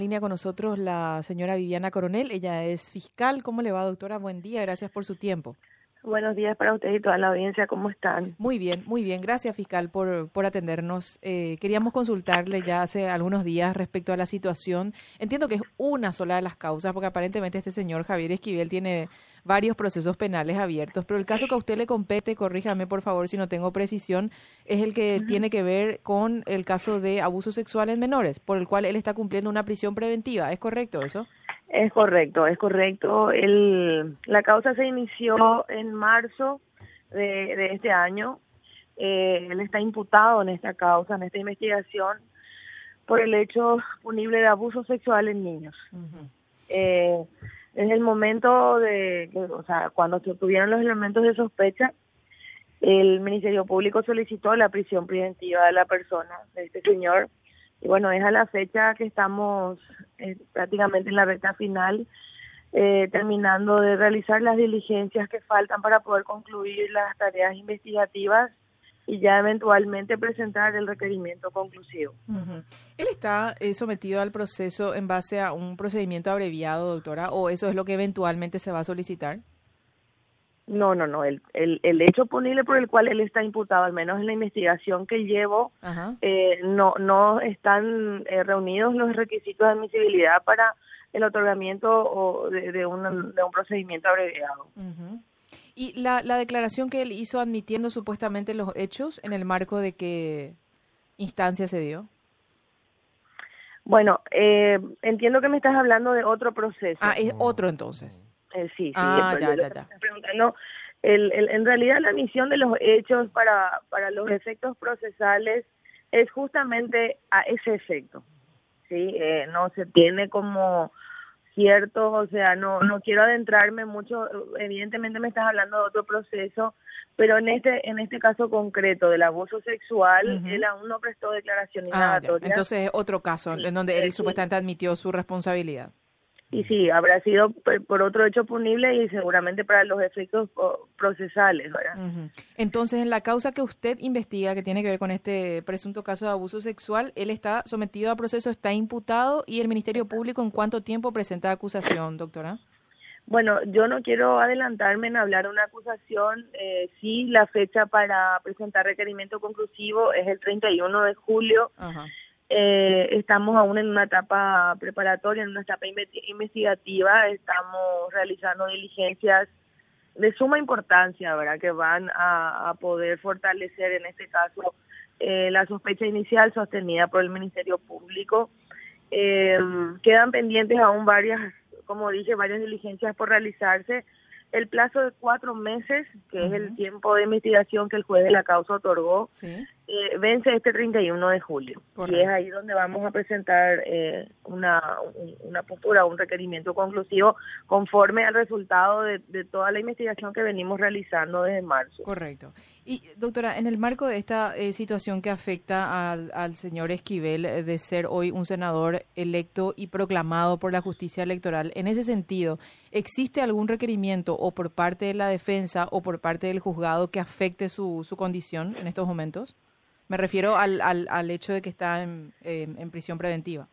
Línea con nosotros la señora Viviana Coronel, ella es fiscal. ¿Cómo le va, doctora? Buen día, gracias por su tiempo. Buenos días para usted y toda la audiencia, ¿cómo están? Muy bien, gracias fiscal por atendernos. Queríamos consultarle ya hace algunos días respecto a la situación. Entiendo que es una sola de las causas, porque aparentemente este señor Javier Esquivel tiene varios procesos penales abiertos, pero el caso que a usted le compete, corríjame por favor si no tengo precisión, es el que tiene que ver con el caso de abuso sexual en menores, por el cual él está cumpliendo una prisión preventiva. ¿Es correcto eso? Es correcto, es correcto. La causa se inició en marzo de este año. Él está imputado en esta causa, en esta investigación, por el hecho punible de abuso sexual en niños. Desde el momento cuando se obtuvieron los elementos de sospecha, el Ministerio Público solicitó la prisión preventiva de la persona, de este señor. Y bueno, es a la fecha que estamos prácticamente en la recta final, terminando de realizar las diligencias que faltan para poder concluir las tareas investigativas y ya eventualmente presentar el requerimiento conclusivo. ¿Él está sometido al proceso en base a un procedimiento abreviado, doctora, o eso es lo que eventualmente se va a solicitar? No. El hecho punible por el cual él está imputado, al menos en la investigación que llevo, no están reunidos los requisitos de admisibilidad para el otorgamiento de un procedimiento abreviado. ¿Y la declaración que él hizo admitiendo supuestamente los hechos, en el marco de qué instancia se dio? Bueno, entiendo que me estás hablando de otro proceso. Ah, es otro entonces. Sí. Ya. Preguntando, en realidad la admisión de los hechos para los efectos procesales es justamente a ese efecto, ¿sí? No se tiene como cierto, o sea, no quiero adentrarme mucho, evidentemente me estás hablando de otro proceso, pero en este caso concreto del abuso sexual, él aún no prestó declaración indagatoria. Entonces es otro caso en donde él supuestamente admitió su responsabilidad. Y sí, habrá sido por otro hecho punible y seguramente para los efectos procesales, ¿verdad? Entonces, en la causa que usted investiga, que tiene que ver con este presunto caso de abuso sexual, él está sometido a proceso, está imputado, y el Ministerio Público, ¿en cuánto tiempo presenta acusación, doctora? Bueno, yo no quiero adelantarme en hablar de una acusación. Sí, la fecha para presentar requerimiento conclusivo es el 31 de julio. Estamos aún en una etapa preparatoria, en una etapa investigativa. Estamos realizando diligencias de suma importancia, ¿verdad?, que van a poder fortalecer en este caso la sospecha inicial sostenida por el Ministerio Público. Quedan pendientes aún varias diligencias por realizarse. El plazo de 4 meses, que es el tiempo de investigación que el juez de la causa otorgó, vence este 31 de julio. Correcto. Y es ahí donde vamos a presentar una postura, un requerimiento conclusivo conforme al resultado de toda la investigación que venimos realizando desde marzo. Correcto. Y doctora, en el marco de esta situación que afecta al señor Esquivel de ser hoy un senador electo y proclamado por la justicia electoral, en ese sentido, ¿existe algún requerimiento o por parte de la defensa o por parte del juzgado que afecte su condición en estos momentos? Me refiero al hecho de que está en prisión preventiva.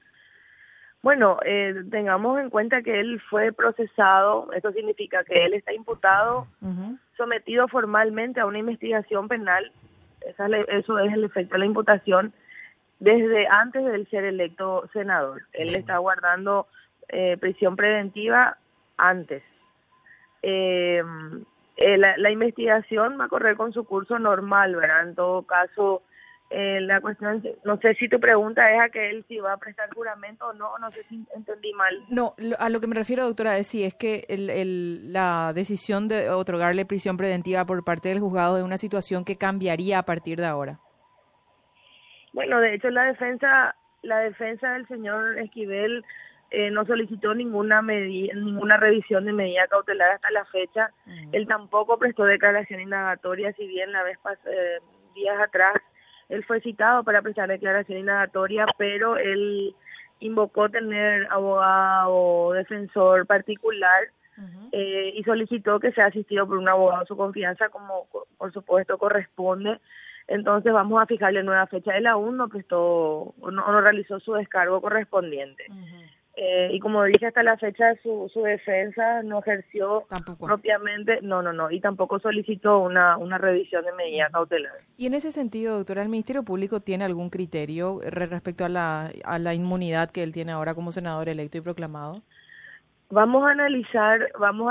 Bueno, tengamos en cuenta que él fue procesado, eso significa que él está imputado, sometido formalmente a una investigación penal, eso es el efecto de la imputación, desde antes de él ser electo senador. Él está guardando prisión preventiva antes. La investigación va a correr con su curso normal, ¿verdad? En todo caso, la cuestión, no sé si tu pregunta es a que él si va a prestar juramento o no sé si entendí mal. No, a lo que me refiero, doctora, es que la decisión de otorgarle prisión preventiva por parte del juzgado es una situación que cambiaría a partir de ahora. Bueno, de hecho la defensa del señor Esquivel no solicitó ninguna revisión de medida cautelar hasta la fecha. Él tampoco prestó declaración indagatoria, si bien la vez días atrás él fue citado para prestar declaración indagatoria, pero él invocó tener abogado o defensor particular y solicitó que sea asistido por un abogado de su confianza, como por supuesto corresponde. Entonces vamos a fijarle nueva fecha. Él aún no prestó o no realizó su descargo correspondiente. Y como dije, hasta la fecha su defensa no ejerció propiamente, no, y tampoco solicitó una revisión de medida cautelar. Y en ese sentido, doctora, ¿el Ministerio Público tiene algún criterio respecto a la inmunidad que él tiene ahora como senador electo y proclamado? Vamos a analizar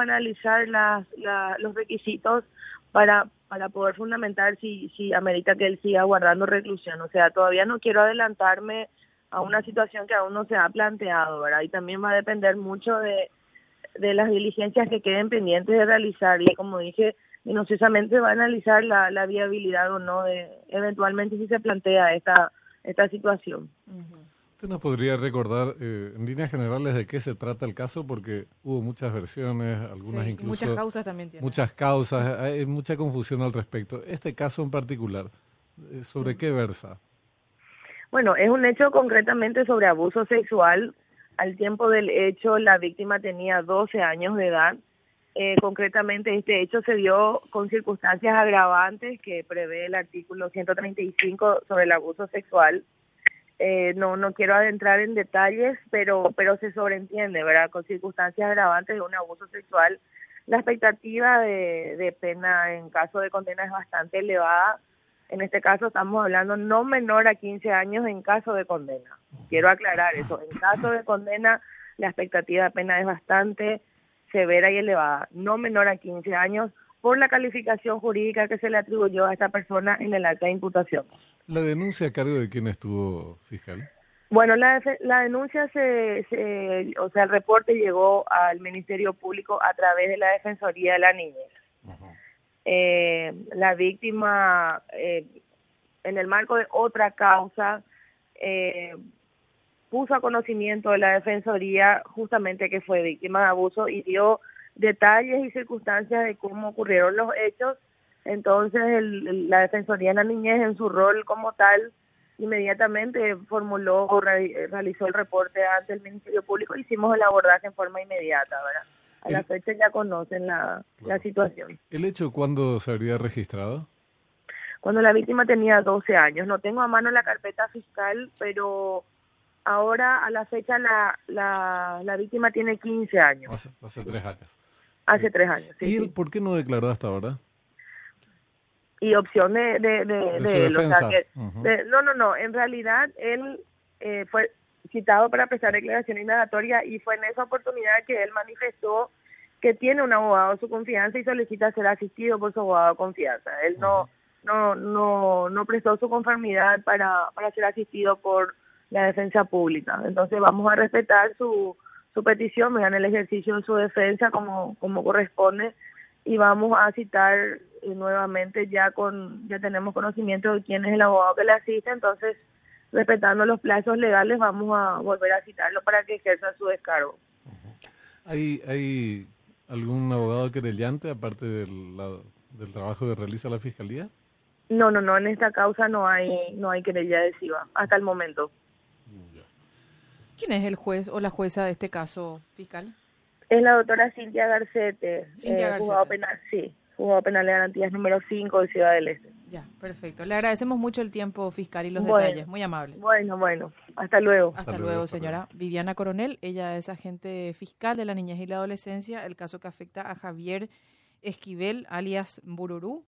los requisitos para poder fundamentar si amerita que él siga guardando reclusión. O sea, todavía no quiero adelantarme a una situación que aún no se ha planteado, ¿verdad? Y también va a depender mucho de las diligencias que queden pendientes de realizar. Y como dije, minuciosamente va a analizar la viabilidad o no de eventualmente si se plantea esta situación. ¿Usted nos podría recordar en líneas generales de qué se trata el caso? Porque hubo muchas versiones, algunas incluso... Muchas causas también tiene. Muchas causas, hay mucha confusión al respecto. Este caso en particular, ¿sobre qué versa? Bueno, es un hecho concretamente sobre abuso sexual. Al tiempo del hecho, la víctima tenía 12 años de edad. Concretamente, este hecho se dio con circunstancias agravantes que prevé el artículo 135 sobre el abuso sexual. No quiero adentrar en detalles, pero se sobreentiende, ¿verdad? Con circunstancias agravantes de un abuso sexual, la expectativa de pena en caso de condena es bastante elevada. En este caso estamos hablando no menor a 15 años en caso de condena. Quiero aclarar eso. En caso de condena, la expectativa de pena es bastante severa y elevada. No menor a 15 años por la calificación jurídica que se le atribuyó a esta persona en el acta de imputación. ¿La denuncia a cargo de quién estuvo, fiscal? Bueno, la denuncia o sea, el reporte llegó al Ministerio Público a través de la Defensoría de la Niñez. La víctima, en el marco de otra causa, puso a conocimiento de la Defensoría justamente que fue víctima de abuso y dio detalles y circunstancias de cómo ocurrieron los hechos. Entonces la Defensoría de la Niñez, en su rol como tal, inmediatamente formuló o realizó el reporte ante el Ministerio Público. Hicimos el abordaje en forma inmediata, ¿verdad? A la fecha ya conocen la situación. ¿El hecho cuándo se habría registrado? Cuando la víctima tenía 12 años. No tengo a mano la carpeta fiscal, pero ahora a la fecha la víctima tiene 15 años. Hace 3 años. Hace 3 años, sí. ¿Y él por qué no declaró hasta ahora? Y opción de él, o sea que, no, en realidad él fue citado para prestar declaración indagatoria y fue en esa oportunidad que él manifestó que tiene un abogado de su confianza y solicita ser asistido por su abogado de confianza. Él no prestó su conformidad para ser asistido por la defensa pública. Entonces vamos a respetar su petición, me dan el ejercicio de su defensa como corresponde y vamos a citar nuevamente ya tenemos conocimiento de quién es el abogado que le asiste, entonces respetando los plazos legales vamos a volver a citarlo para que ejerza su descargo. ¿Hay algún abogado querellante aparte del trabajo que realiza la Fiscalía? No, en esta causa no hay querella adhesiva hasta el momento. ¿Quién es el juez o la jueza de este caso, fiscal? Es la doctora Cintia Garcete. Juzgado penal, sí, Juzgado Penal de Garantías número 5 de Ciudad del Este. Ya, perfecto. Le agradecemos mucho el tiempo, fiscal, y los detalles. Muy amable. Bueno. Hasta luego. Hasta luego, señora Viviana Coronel. Ella es agente fiscal de la niñez y la adolescencia. El caso que afecta a Javier Esquivel, alias Bururú.